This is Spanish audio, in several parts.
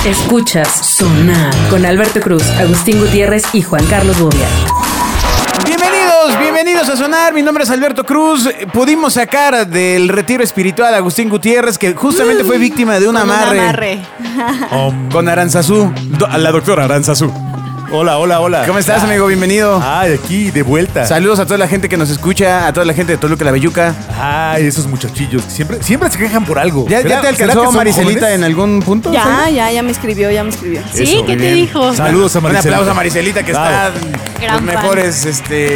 Escuchas Sonar con Alberto Cruz, Agustín Gutiérrez y Juan Carlos Bobia. Bienvenidos a Sonar, mi nombre es Alberto Cruz. Pudimos sacar del retiro espiritual a Agustín Gutiérrez, que justamente fue víctima de un amarre. Con Aranzazú, la doctora Aranzazú. Hola. ¿Cómo estás, amigo? Bienvenido. Aquí, de vuelta. Saludos a toda la gente que nos escucha, a toda la gente de Toluca la Belluca. Esos muchachillos que siempre se quejan por algo. ¿Ya te alcanzó Maricelita en algún punto? Ya me escribió. ¿Sí? Eso, ¿Qué te dijo? Saludos a Un Maricelita. aplauso a Maricelita, que está en los mejores,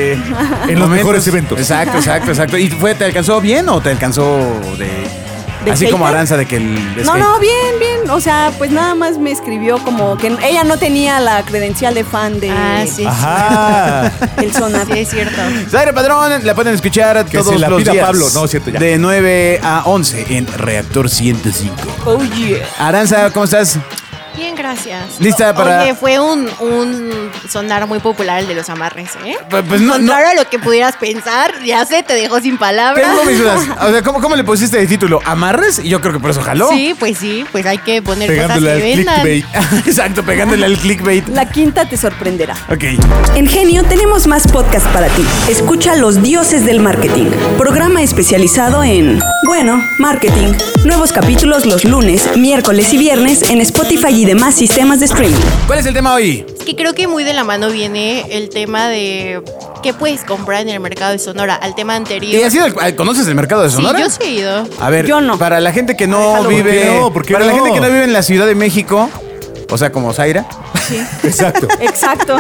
en los mejores eventos. Exacto. ¿Y te alcanzó bien o te alcanzó de así hater? Como Aranza de que el No, bien. O sea, pues nada más me escribió como que ella no tenía la credencial de fan de Sí. Ajá. el Sonar. Sí, es cierto. Zaire Padrón, la pueden escuchar Que todos se la los pida días. Pablo. No, cierto, ya. De 9 a 11 en Reactor 105. Oh, yeah. Aranza, ¿cómo estás? Bien, gracias. ¿Lista para...? Oye, fue un sonar muy popular el de los amarres, ¿eh? Pues no. Contrario a lo que pudieras pensar, ya sé, te dejó sin palabras. Tengo mis dudas. O sea, ¿cómo le pusiste de título? ¿Amarres? Y yo creo que por eso jaló. Sí, pues hay que poner Pegándole cosas que al vendan. clickbait. Exacto, pegándole al clickbait. La quinta te sorprenderá. Ok. En Genio tenemos más podcast para ti. Escucha Los Dioses del Marketing, programa especializado en, marketing. Nuevos capítulos los lunes, miércoles y viernes en Spotify y demás sistemas de streaming. ¿Cuál es el tema hoy? Es que creo que muy de la mano viene el tema de qué puedes comprar en el mercado de Sonora, al tema anterior. ¿Y has ido conoces el mercado de Sonora? Sí, yo sí he ido. A ver, Yo no. para la gente que no Déjalo. vive... ¿Por qué para la no? gente que no vive en la Ciudad de México, o sea, como Zaira, Exacto. Exacto.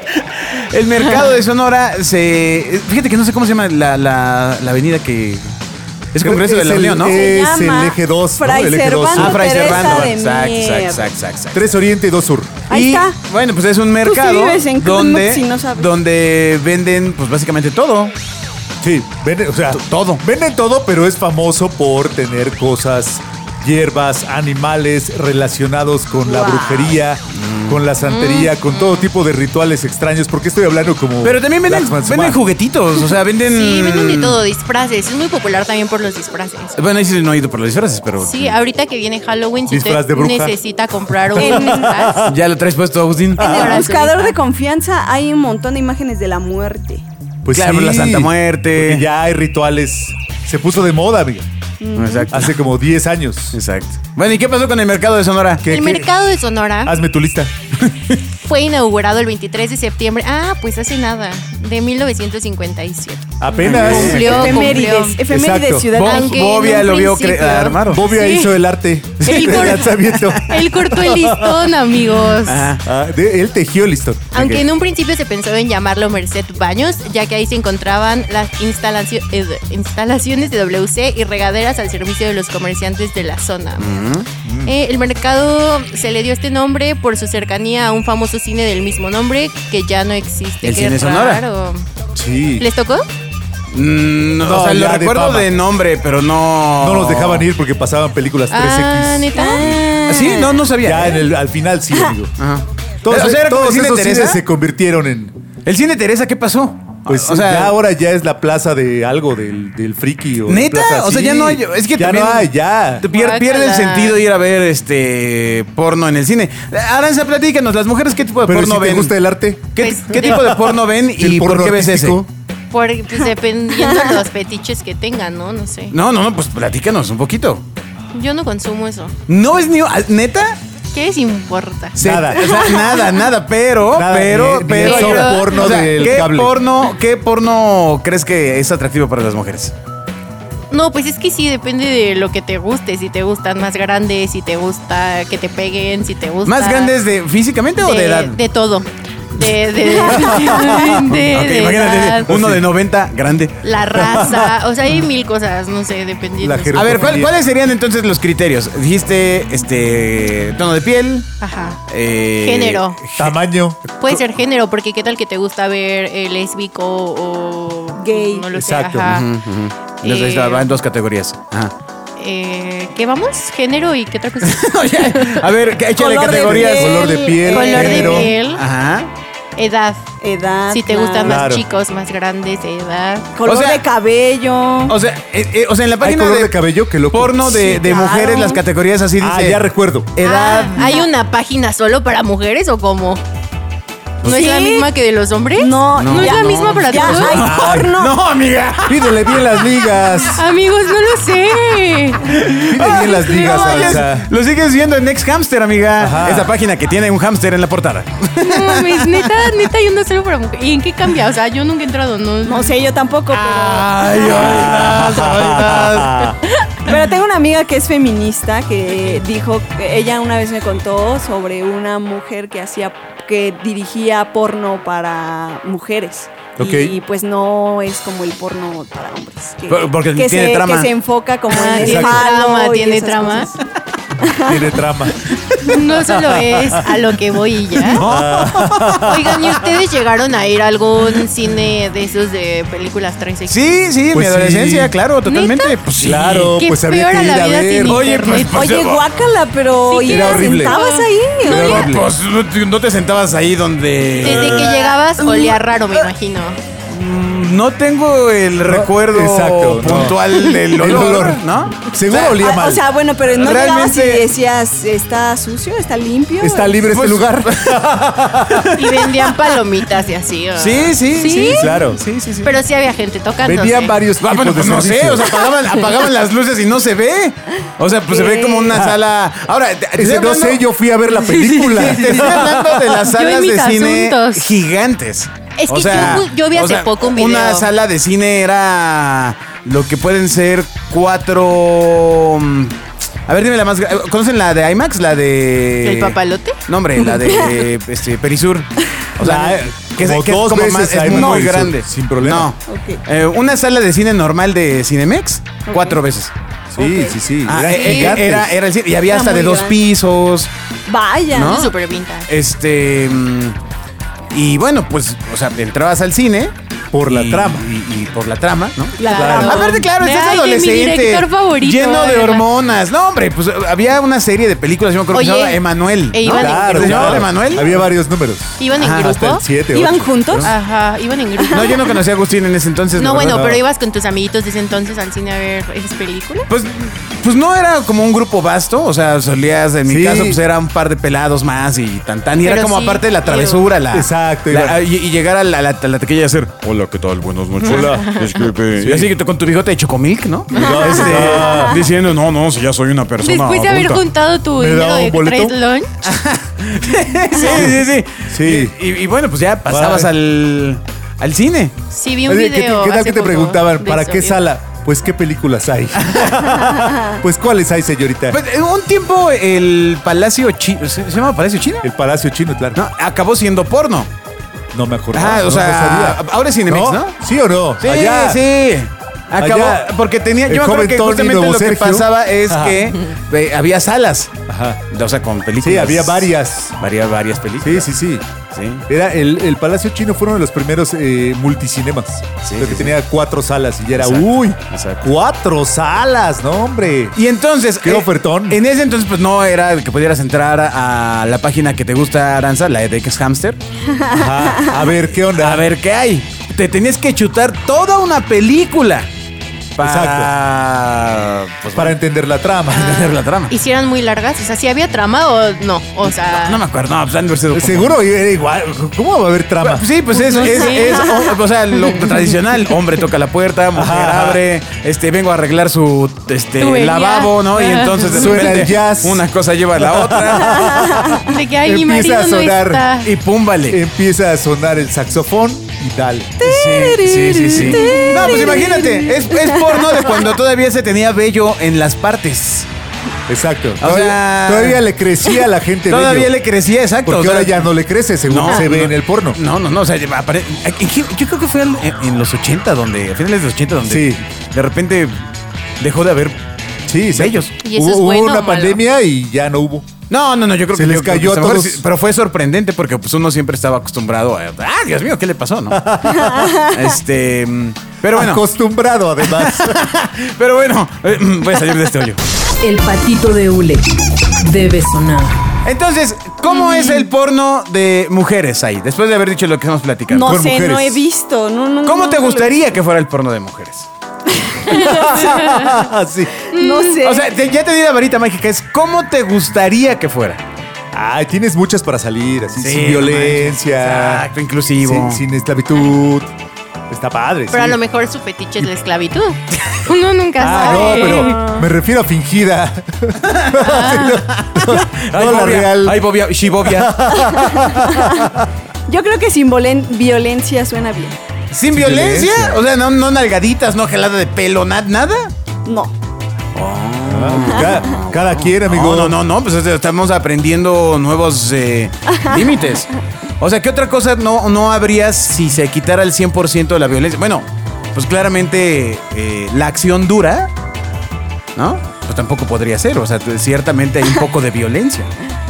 el mercado de Sonora fíjate que no sé cómo se llama la avenida que... Es Congreso de la Unión, ¿no? Se Es llama el eje 2, Fray ¿no? El eje 2 Servando sur. Fray Teresa Servando. de Mier. Exacto. 3 Oriente y 2 Sur. Ahí está. Bueno, pues es un mercado vives en Cuauhtémoc, si no sabes. donde venden, pues básicamente todo. Sí, venden, o sea, Todo. Venden todo, pero es famoso por tener cosas, hierbas, animales relacionados con la Wow. brujería, con la santería, con todo tipo de rituales extraños. Porque estoy hablando como... Pero también venden Blacksman's juguetitos, o sea, venden... Sí, venden de todo, disfraces. Es muy popular también por los disfraces. Bueno, ahí sí no he ido por los disfraces, pero... Sí, ahorita que viene Halloween, si Disfraz usted de bruja. necesita comprar un disfraz, ¿Ya lo traes puesto, Agustín? En Ahora el buscador ahorita. de confianza hay un montón de imágenes de la muerte. Pues Claro, sí, la Santa Muerte. porque ya hay rituales. Se puso de moda, amiga. Exacto. Hace como 10 años. Exacto. Bueno, ¿y qué pasó con el mercado de Sonora? el mercado de Sonora Hazme tu lista. fue inaugurado el 23 de septiembre. Pues hace nada, de 1957. Apenas. Cumplió. Efemérides Exacto. ciudad. Aunque Bobia en un lo vio principio- armar. Bobia Sí. hizo el arte El del lanzamiento. Él cortó el listón, amigos. Él tejió el listón. Aunque en un principio se pensó en llamarlo Merced Baños, ya que ahí se encontraban las instalaciones de WC y regaderas al servicio de los comerciantes de la zona. El mercado se le dio este nombre por su cercanía a un famoso cine del mismo nombre que ya no existe. ¿El Qué cine Sonora? raro. Sí. ¿Les tocó? No, o sea, ya lo de recuerdo fama. de nombre, pero no... No nos dejaban ir porque pasaban películas 3X. ¿Neta? ¿Sí? No sabía. Ya al final sí, amigo. Ajá. Todos, O sea, ¿era como todos el cine esos Teresa? cines se convirtieron en... ¿El cine Teresa qué pasó? Pues o sea, ya ahora ya es la plaza de algo del friki. O ¿neta? plaza, O sea, sí. ya no hay... Es que ya también no hay, ya. Pierde el sentido ir a ver porno en el cine. Aranza, platícanos, las mujeres, ¿qué tipo de Pero porno si te ven? gusta el arte. ¿Qué Pues, tipo de porno ven El y por porno qué ves ese? artístico. Pues dependiendo de los fetiches que tengan, ¿no? No sé. No, pues platícanos un poquito. Yo no consumo eso. ¿No es ni... ¿Neta? ¿Qué les importa? Nada. O sea, nada, pero... Nada, pero, ni el pero... soft porno o sea, del ¿qué cable. ¿qué porno crees que es atractivo para las mujeres? No, pues es que sí, depende de lo que te guste. Si te gustan más grandes, si te gusta que te peguen, si te gusta... ¿Más grandes físicamente o de edad? De todo. De Ok, imagínate, edad, uno de 90, grande. la raza. O sea, hay mil cosas, no sé, dependiendo. La A ver, ¿cuáles serían entonces los criterios? Dijiste, tono de piel. Ajá. Género. Tamaño. Puede ser género, porque qué tal que te gusta ver lésbico o... Gay. No lo Exacto. sé, ajá. Entonces va en dos categorías. Ajá. ¿Qué vamos? ¿Género y qué otra cosa? A ver, échale Color de categorías. piel. Color de piel. Color de género. piel. Ajá. Edad. edad. Si te gustan Claro. más chicos, más grandes, edad. Color O sea, de cabello. O sea, en la Hay página color de cabello, qué loco. porno de Sí, claro. mujeres, las categorías así dice. Ya recuerdo. Edad. ¿Hay una página solo para mujeres o cómo? ¿No es la Sí. misma que de los hombres? No, ¿No es la misma para ya todos? hay porno. No, amiga. Pídele bien las ligas. Amigos, no lo sé. Pide bien las ligas, No vayas. Aranza. Lo sigues viendo en Next Hamster, amiga. Ajá. Esa página que tiene un hámster en la portada. No mames, neta hay una solo para mujeres. ¿Y en qué cambia? O sea, yo nunca he entrado, no. No sé, yo tampoco, Ay, pero tengo una amiga que es feminista que dijo, ella una vez me contó sobre una mujer que dirigía porno para mujeres. Ok. Y pues no es como el porno para hombres. Porque que tiene trama. Que se enfoca como en el tiene falo trama, y tiene esas trama. cosas. Tiene trama. No solo es a lo que voy y ya. Oigan, ¿y ustedes llegaron a ir a algún cine de esos de películas transexuales? Sí, en Pues mi adolescencia, sí. claro, totalmente. ¿Neta? Pues sí. Claro, Qué pues había feo que era ir la a vida ver. sin Oye, internet. Oye, guácala, pero Sí, ¿y era te horrible. sentabas ahí? Era horrible. Pues no te sentabas ahí donde. Desde que llegabas olía raro, me imagino. No tengo el recuerdo exacto, no. puntual del El olor, olor. ¿no? Seguro olía mal. O sea, bueno, pero no llegabas y Realmente- decías, ¿está sucio? ¿Está limpio? Está libre Pues- este lugar. Y vendían palomitas y así. ¿o? Sí, claro. Sí. Pero sí había gente tocando. Vendían varios Ah, tipos bueno, de pues no sé, servicios. o sea, apagaban las luces y no se ve. O sea, pues se ve como una sala. Ahora, te Dice, estoy no sé, hablando- yo fui a ver la película. Te estoy hablando de las Yo en salas mis de cine asuntos. gigantes. Es que yo vi hace poco un video. Una sala de cine era lo que pueden ser 4. A ver, dime la más. ¿Conocen la de IMAX? La de. ¿El papalote? No, hombre, la de Perisur. O sea, que como es dos como veces más, es IMAX muy Perisur, grande. sin problema. No. Ok. Una sala de cine normal de Cinemex, 4 veces. Sí. Ah, Eran gigantes. era el cine. Y había Era hasta de muy 2 grande. pisos. Vaya. ¿No? Súper vintage. Y bueno, pues, o sea, entrabas al cine. Por la y- trama. Y por la trama, ¿no? Claro. Aparte, claro, Ay, estás de mi adolescente. director favorito, lleno de ¿verdad? hormonas. No, hombre, pues había una serie de películas, yo me acuerdo que se Oye, llamaba Emanuel. e ¿no? iban en Claro, ¿Se llamaba claro. Emanuel? Había varios números. ¿Iban en Ajá, Hasta el grupo? 7, ¿Iban 8. juntos? Ajá, iban en grupo. No, yo no conocía a Agustín en ese entonces. No, la bueno, verdad. pero ibas con tus amiguitos de ese entonces al cine a ver esas películas. Pues no era como un grupo vasto, o sea, solías, en mi Sí. caso, pues era un par de pelados más y tan. Y era Pero como sí, aparte de la travesura, la. Exacto, la- iba. y llegar a la taquilla y hacer, hola, ¿qué tal? Buenas noches. Hola, disculpe. Y así que con tu bigote de chocomilk, ¿no? Diciendo, no, si ya soy una persona. Después de haber adulta". juntado tu ¿Me da dinero un de boleto? Trade Lunch. Sí. Sí. Y bueno, pues ya pasabas al cine. Sí, vi un Oye, video. ¿qué tal hace que te poco preguntaban? de ¿Para eso, qué ¿eh? sala? Pues, ¿qué películas hay? Pues, ¿cuáles hay, señorita? Pues, en un tiempo el Palacio Chino, ¿se llama Palacio Chino? El Palacio Chino, claro. No, acabó siendo porno. No me acuerdo. Ah, no, o sea, no sabía. ahora es Cinemex, ¿no? ¿Sí o no? Sí, Allá. sí. Acabó, Allá, porque tenía, el yo me acuerdo joven que Tony, justamente nuevo lo que Sergio. pasaba es Ajá. que había salas, Ajá. o sea, con películas. Sí, había varias. Varias películas. Sí. Sí. Era el Palacio Chino fue uno de los primeros multicinemas. Sí, Lo que sí, tenía 4 salas y ya era, Exacto, uy, exacto. 4 salas, no, hombre. Y entonces, Qué ofertón. En ese entonces, pues no era que pudieras entrar a la página que te gusta, Aranza, la de X Hamster, Ajá. A ver, ¿qué onda? a ver qué hay. Te tenías que chutar toda una película para, pues, Para entender la trama. entender la trama. ¿Hicieran muy largas? O sea, ¿sí había trama o no? O sea... No me acuerdo, no, pues han de haber sido como- Seguro era igual. ¿Cómo va a haber trama? Sí, pues es, No sé. o sea, lo tradicional, hombre toca la puerta, mujer Ajá. abre, vengo a arreglar su Tubería. lavabo, ¿no? Y Ajá. entonces de Suena repente el jazz. una cosa lleva a la otra De que, ay, mi Empieza marido a no sonar está. y pum, vale. Empieza a sonar el saxofón y dale. Sí. No, pues imagínate, es porno de cuando todavía se tenía vello en las partes. Exacto. O sea, Todavía le crecía a la gente. Todavía bello. le crecía, exacto. Porque o sea, ahora ya no le crece, según se ve en el porno. No, o sea, yo creo que fue en los 80, a finales de los 80, donde Sí. de repente dejó de haber Sí, bellos. ¿Y eso Hubo, es hubo bueno o una malo? pandemia y ya no hubo. No, yo creo Se que les yo creo cayó que a mejor todos. sí, pero fue sorprendente porque pues uno siempre estaba acostumbrado a, Dios mío, ¿qué le pasó, no? Pero bueno, Acostumbrado, además. pero bueno, voy a salir de este hoyo. El patito de hule debe sonar. Entonces, ¿cómo es el porno de mujeres ahí? Después de haber dicho lo que estamos platicando. No Por sé, mujeres. no he visto. ¿Cómo te gustaría que fuera el porno de mujeres? Sí. No sé. O sea, ya te di la varita mágica. Es ¿cómo te gustaría que fuera? Ay, tienes muchas para salir, así, Sí, sin no violencia. Exacto, inclusivo. Sin esclavitud. Está padre, Pero sí. a lo mejor su fetiche es la esclavitud. Uno nunca Ah, sabe. no, pero me refiero a fingida. No la bobia. real. Ay, bobia, shibobia. Yo creo que sin violencia suena bien. ¿Sin violencia? O sea, no nalgaditas, no gelada de pelo, nada. No. Cada quien, amigo. No, pues estamos aprendiendo nuevos límites. O sea, ¿qué otra cosa no habría si se quitara el 100% de la violencia? Bueno, pues claramente la acción dura, ¿no? Pues tampoco podría ser. O sea, ciertamente hay un poco de violencia.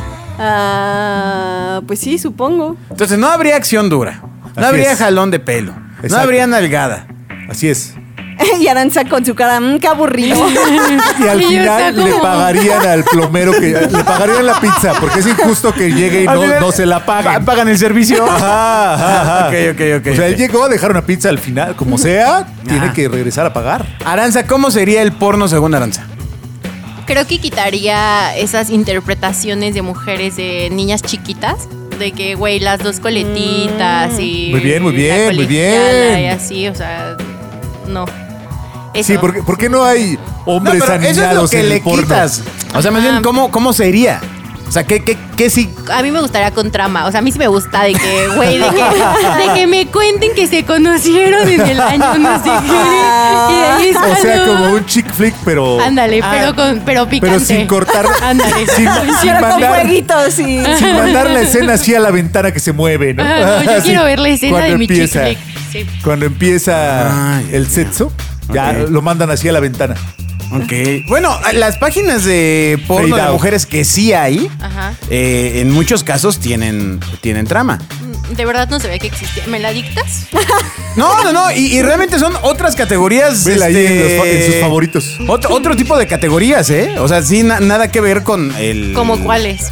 Pues sí, supongo. Entonces, no habría acción dura. No Así habría es. jalón de pelo. No Exacto. habría nalgada. Así es. Y Aranza con su cara, qué aburrido. Y al Y yo, final o sea, le ¿cómo? pagarían al plomero le pagarían la pizza, porque es injusto que llegue y Al final, no se la paguen. ¿Pagan el servicio? Ajá. Ok. O sea, él llegó a dejar una pizza al final, como sea, tiene que regresar a pagar. Aranza, ¿cómo sería el porno según Aranza? Creo que quitaría esas interpretaciones de mujeres de niñas chiquitas. De que, güey, las dos coletitas y... Muy bien, la muy colegiala bien. Y así, o sea, no. Eso. Sí, ¿por qué no hay hombres pero eso es lo aniñados que en le el porno? quitas. O sea, más bien, ¿cómo sería? O sea, ¿qué sí? A mí me gustaría con trama. O sea, a mí sí me gusta de que, güey, de que me cuenten que se conocieron en el año no sé qué. Y de ahí O sea, salió. como un chick flick, pero... Ándale, pero picante. Pero sin cortar... Ándale. Sin Pero con mandar... jueguitos y... Sin mandar la escena así a la ventana que se mueve, ¿no? Ah, no, yo Así, quiero ver la escena cuando de mi chick empieza- flick. Sí. Cuando empieza Ay, el sexo, ya Ok. lo mandan así a la ventana. Ok. Bueno, las páginas de porno Fade de out. mujeres que sí hay, Ajá. en muchos casos tienen trama. De verdad no sabía que existía. ¿Me la dictas? No. Y realmente son otras categorías. Vela ahí en sus favoritos. Otro tipo de categorías, ¿eh? O sea, sí, nada que ver con el... ¿Como cuáles?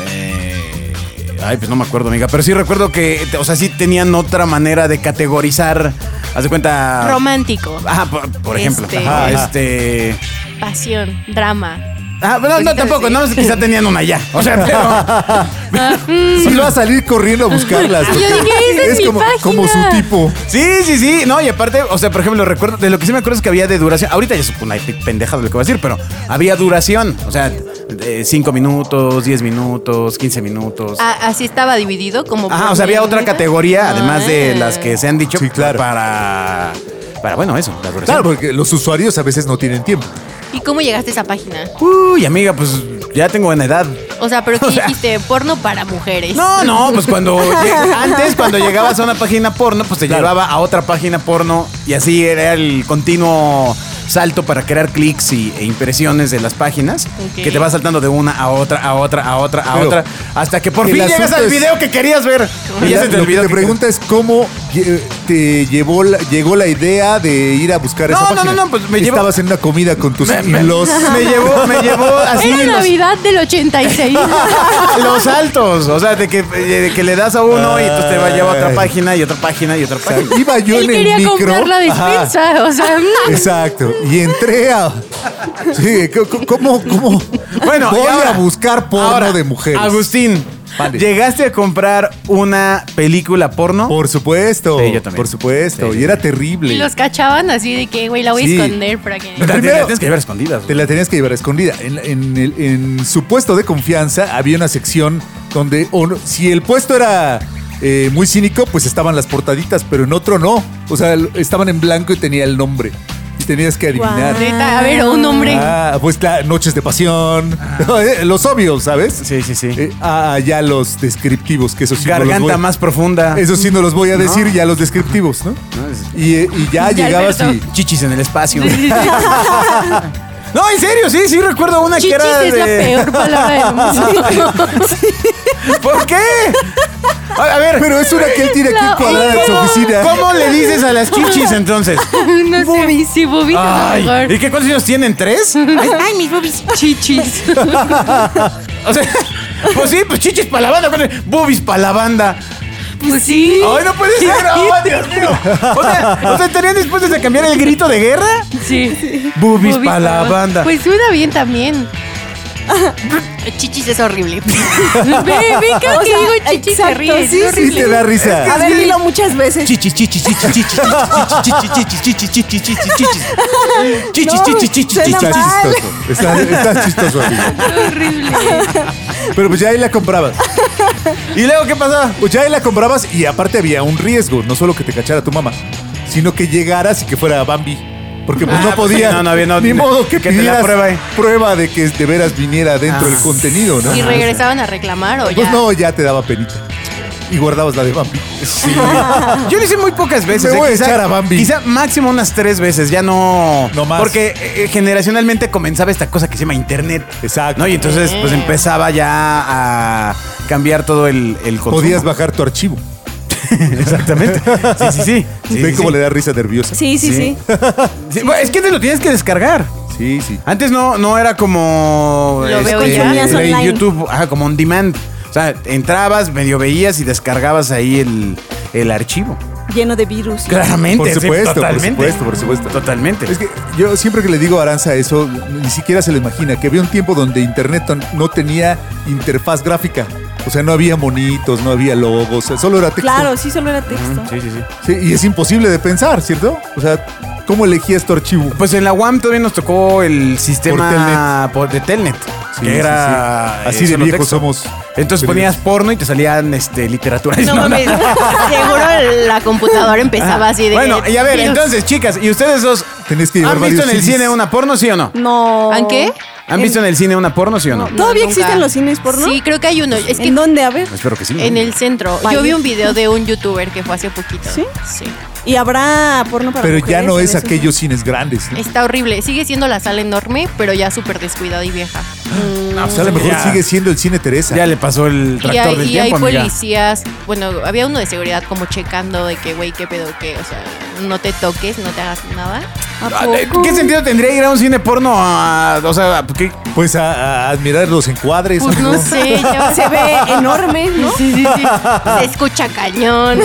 Ay, pues no me acuerdo, amiga. Pero sí recuerdo que, o sea, sí tenían otra manera de categorizar. Haz de cuenta. Romántico. Ajá, por ejemplo. Este- Ajá, Pasión. Drama. Ah, no, tampoco. Sí. Nada más quizá tenían una ya. O sea, pero. Sí va a salir corriendo a buscarlas. Yo porque dije, esa es mi página. como su tipo. Sí. No, y aparte, o sea, por ejemplo, recuerdo, de lo que sí me acuerdo es que había de duración. Ahorita ya es una pendeja de lo que voy a decir, pero había duración. O sea, 5 minutos, 10 minutos, 15 minutos. Así estaba dividido como... Ajá, por o sea, había otra medida. categoría, además de Ah. las que se han dicho. Sí, claro. Para bueno, eso, la duración. Claro, porque los usuarios a veces no tienen tiempo. ¿Y cómo llegaste a esa página? Uy, amiga, pues ya tengo buena edad. O sea, pero ¿qué O sea- dijiste? Porno para mujeres. No, pues antes cuando llegabas a una página porno, pues te Claro. llevaba a otra página porno y así era el continuo salto para crear clics e impresiones de las páginas, Ok. que te va saltando de una a otra, Pero otra, hasta que por el fin llegas asunto al es- video que querías ver. Y ya se te Lo que olvidó. te que- pregunta es cómo llegó la idea de ir a buscar esa No, página. no, pues me llevó- Estabas en una comida con tus in-laws. me llevó así Era Navidad del 86. los saltos, o sea, de que le das a uno y entonces te va a llevar a otra página y otra página y otra O sea, página. iba yo Él en el quería micro. comprar la Ajá. despensa. O sea, Exacto. Y entré a. Sí, ¿cómo? Bueno, voy y ahora- a buscar porno ahora, de mujeres. Agustín, Vale. ¿llegaste a comprar una película porno? Por supuesto. Sí, yo también. Por supuesto. Sí. Y era terrible. y los cachaban así de que, güey, la voy Sí. a esconder para que... Te la Primero- tienes que llevar escondidas. Te la tenías que llevar escondida. En su puesto de confianza había una sección donde si el puesto era muy cínico, pues estaban las portaditas, pero en otro no. O sea, estaban en blanco y tenía el nombre. Y tenías que adivinar. Guau. Neta, a ver, un hombre. Ah, pues claro, Noches de Pasión. Los obvios, ¿sabes? Sí. Ya los descriptivos, que eso sí no los Garganta voy- más profunda. Eso sí no los voy a decir, No. ya los descriptivos, ¿no? No, Y ya Ya, llegabas Alberto. y... Chichis en el espacio. No, en serio, sí recuerdo una Chichis que era es la peor palabra del mundo. ¿Por qué? A ver, Pero es una que él tiene aquí La cuadrada en su oficina. ¿cómo le dices a las chichis entonces? No sé, sí, bobitos a lo Ay, mejor. ¿y qué cuántos años tienen? ¿3? Ay, mis bobis. Chichis. O sea, Pues sí, pues chichis para la banda, boobies para la banda. Pues sí. ¡Ay, no puede ser! ¡Oh, Dios mío! O sea, ¿estarían dispuestos a cambiar el grito de guerra? Sí. Boobies para la banda. Pues suena bien también. Chichis es horrible. Ve, cada O que sea, digo chichis se exacto, ríe. sí, Es Sí horrible. te da risa. A ver, dilo muchas veces. Chichis, chichis, chichis, chichis, chichis, chichis, chichis, chichis, chichis, chichis, chichis. Chichis, No, chichis, chichis, suena chichis. Está mal. chistoso. Está chistoso, amigo. Horrible. Pero pues ya ahí la comprabas. ¿Y luego qué pasaba? Pues ya ahí la comprabas y aparte había un riesgo. No solo que te cachara tu mamá, sino que llegaras y que fuera Bambi. Porque pues no pues sí, podía. no había, no, ni modo que que te la pidieras pruebe. prueba de que de veras viniera dentro del contenido, ¿no? ¿Y regresaban a reclamar o ya? Pues no, ya te daba penita. Y guardabas la de Bambi. Sí. Yo lo hice muy pocas veces. Me voy a Quizá- echar a Bambi. Quizá máximo unas 3 veces, ya no. No más. Porque generacionalmente comenzaba esta cosa que se llama internet. Exacto. ¿No? Y entonces, pues empezaba ya a cambiar todo el consumo. Podías bajar tu archivo. Exactamente. Sí. ¿Ven cómo le da risa nerviosa? Sí. Sí, bueno, es que te lo tienes que descargar. Sí, sí. Antes no era como Lo veo ya. Consumías online. YouTube, como on demand. O sea, entrabas, medio veías y descargabas ahí el archivo. Lleno de virus. Claramente, Por sí, supuesto, totalmente. por supuesto. Totalmente. Es que yo siempre que le digo a Aranza eso, ni siquiera se lo imagina, que había un tiempo donde Internet no tenía interfaz gráfica. O sea, no había monitos, no había logos, solo era texto. Claro, sí, solo era texto. Sí. Sí, y es imposible de pensar, ¿cierto? O sea, ¿cómo elegías tu archivo? Pues en la UAM todavía nos tocó el sistema de Telnet. Sí, que sí, era sí. Así de solo viejos texto. somos. Entonces ponías porno y te salían literatura. No mames. Seguro la computadora empezaba así de. Bueno, y a ver, Dios. entonces, chicas, ¿y ustedes dos Tenés que llevar han visto varios en el CDs. cine una porno, sí o no? No. ¿En qué? ¿Han visto en el cine una porno, sí o no? ¿Todavía nunca. existen los cines porno? Sí, creo que hay uno. Es que ¿En dónde? A ver. Espero que sí. en el centro. Vaya. Yo vi un video de un youtuber que fue hace poquito. ¿Sí? Sí. ¿Y habrá porno para Pero ya mujeres no en es esos aquellos cines grandes, ¿no? Está horrible. Sigue siendo la sala enorme, pero ya súper descuidada y vieja. O sea, a lo mejor Ya. sigue siendo el cine Teresa. Ya le pasó el Y tractor del hay tiempo, amiga. policías. Bueno, había uno de seguridad como checando de que, güey, qué pedo, que, o sea, no te toques, no te hagas nada. ¿A poco? ¿Qué sentido tendría ir a un cine porno o sea, ¿qué? Pues a admirar los encuadres. Pues amigo. no sé, ya Se ve enorme, ¿no? Sí, sí, sí. Se escucha cañón.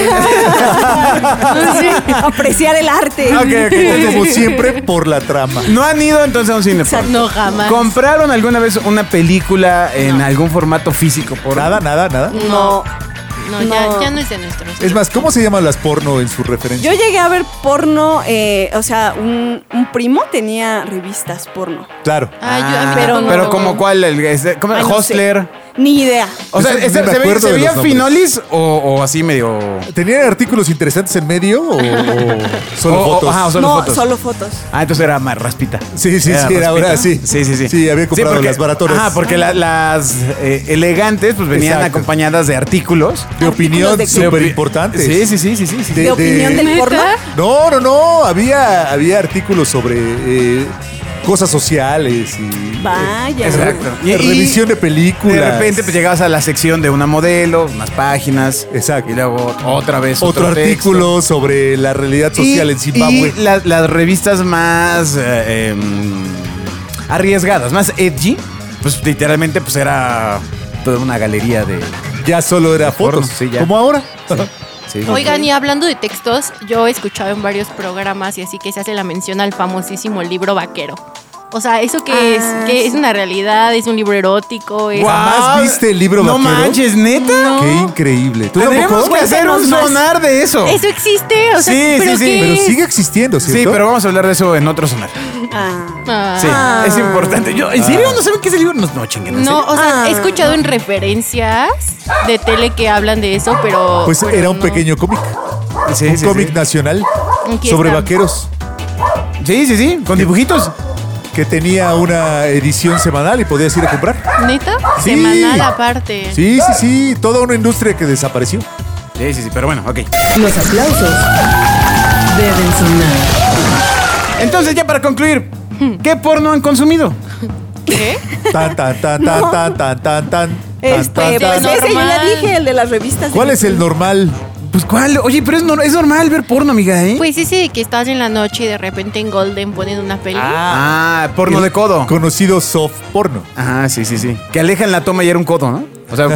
No sé. Apreciar el arte. Ok. Como siempre, por la trama. No han ido entonces a un cine porno. No, jamás. ¿Compraron alguna vez una película en algún formato físico por Nada. No, No. ya no es de nuestros. Es más, ¿cómo se llaman las porno en su referencia? Yo llegué a ver porno, o sea, un primo tenía revistas porno. Claro. pero no. Pero como cuál, ¿cómo? Ay, no Hostler. Ni idea. O sea, Eso ni me ¿se acuerdo se de veía los nombres. finolis o así medio? ¿Tenían artículos interesantes en medio o solo fotos? Ajá, o solo no, fotos. solo fotos. Ah, entonces era más raspita. Sí, era raspita. ahora sí. Sí. Sí, había comprado las baratonas. Ah, porque las elegantes pues venían Exacto. acompañadas de artículos. De opinión de qué? súper importantes. Sí. ¿De opinión del porno? No. Había artículos sobre cosas sociales y Vaya. Exacto. revisión de películas. De repente pues llegabas a la sección de una modelo, unas páginas. Exacto. Y luego otra vez Otro texto. artículo sobre la realidad social en Zimbabue. Y las revistas más arriesgadas, más edgy, pues literalmente pues era toda una galería de... Ya solo era porno, fotos. sí, ya. Como ahora. Sí. Oigan, y hablando de textos, yo he escuchado en varios programas y así que se hace la mención al famosísimo libro vaquero. O sea, ¿eso qué es? ¿Qué es una realidad? ¿Es un libro erótico? ¿Es... ¿Jamás viste el libro No vaquero? manches, ¿neta? Qué increíble. ¿Tú Tendríamos tampoco? que hacer un Cuéntanos más. sonar de eso. Eso existe, o sea, Sí, ¿pero sí, sí. qué Pero es? sigue existiendo, Sí, ¿cierto? pero vamos a hablar de eso en otro sonar. Ah. Sí, Ah. es importante. ¿En serio no saben qué es el libro? No chinguen. ¿en No, serio? o sea, he escuchado en referencias de tele que hablan de eso, pero... Pues pero era un no. pequeño cómic. Sí, Un sí, cómic sí. nacional Aquí sobre está. vaqueros Sí, con dibujitos. que tenía una edición semanal y podías ir a comprar. ¿Neta? Sí. Semanal aparte. Sí. Toda una industria que desapareció. Sí, pero bueno, ok. Los aplausos deben sonar. Entonces, ya para concluir, ¿qué porno han consumido? ¿Qué? Tan. Pues ese yo normal. ya dije, el de las revistas. ¿Cuál es el normal? Pues cuál, oye, pero es normal ver porno, amiga, ¿eh? Pues ese de que estás en la noche y de repente en Golden ponen una peli. Porno de codo. Conocido soft porno. Ajá, sí. Que alejan la toma y era un codo, ¿no? O sea, No.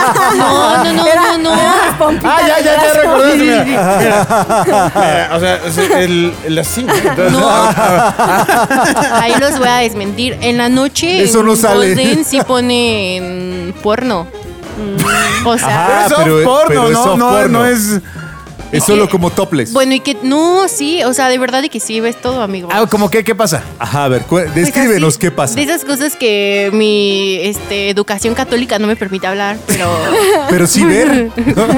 Era pompita ya de brazo. recordaste. Mira, o sea, las 5. No. Ahí los voy a desmentir. En la noche Eso no en sale. Golden sí ponen porno. O sea, Ajá. Pero es soft porno, pero es no, soft no, porno. no es. Es solo como topless. bueno, y que no, sí, o sea, de verdad y que sí ves todo, amigo. Ah, ¿cómo qué pasa? Ajá, a ver, Pues descríbenos así, qué pasa. De esas cosas que mi educación católica no me permite hablar, pero Pero sí ver.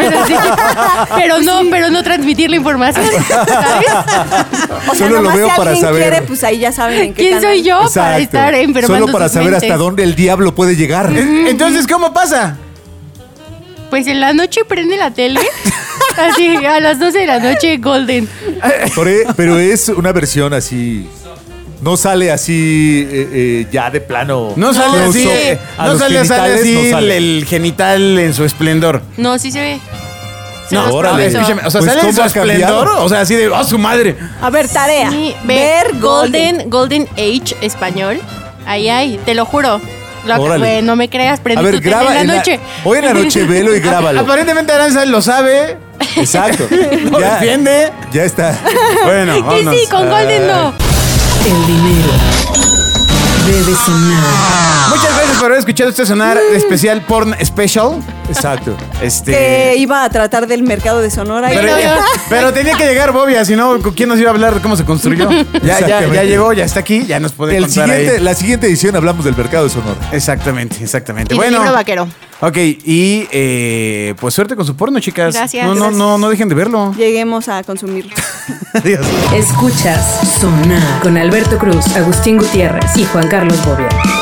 pero no transmitir la información, ¿sabes? O sea, Solo lo nomás veo si para alguien saber. quiere, pues ahí ya saben en qué ¿Quién canal. soy yo para Exacto. estar enfermando Solo para sus saber mentes? hasta dónde el diablo puede llegar. Entonces, ¿cómo pasa? Pues en la noche prende la tele, así a las 12 de la noche Golden. Pero es una versión así. No sale así ya de plano. No sale Close así. up. A No los sale genitales así no sale. el genital en su esplendor. No, sí se ve. Se No, los órale. prometo. escúchame, o sea, Pues, sale en su ¿cómo ha cambiado? esplendor. O sea, así de, ¡oh, su madre! A ver, tarea. Sí, Ver Golden Age español. Ahí hay, te lo juro. Órale. Bueno, no me creas, A prende ver, tu tele graba en la noche. hoy en la noche velo y grábalo. Aparentemente Aranza lo sabe. Exacto. Lo defiende. Ya está. Bueno, Que vámonos. sí, con Golden no. El dinero debe sonar. Muchas gracias por haber escuchado este sonar especial Porn Special. Exacto. que iba a tratar del mercado de Sonora. Pero tenía que llegar Bobia, si no, ¿con quién nos iba a hablar de cómo se construyó? Ya Exactamente. llegó, ya está aquí, ya nos puede contar ahí. La siguiente edición hablamos del mercado de Sonora. Exactamente. Y del libro vaquero. Ok, y pues suerte con su porno, chicas. Gracias. No dejen de verlo. Lleguemos a consumirlo. Adiós. Escuchas Sonar con Alberto Cruz, Agustín Gutiérrez y Juan Carlos Bobia.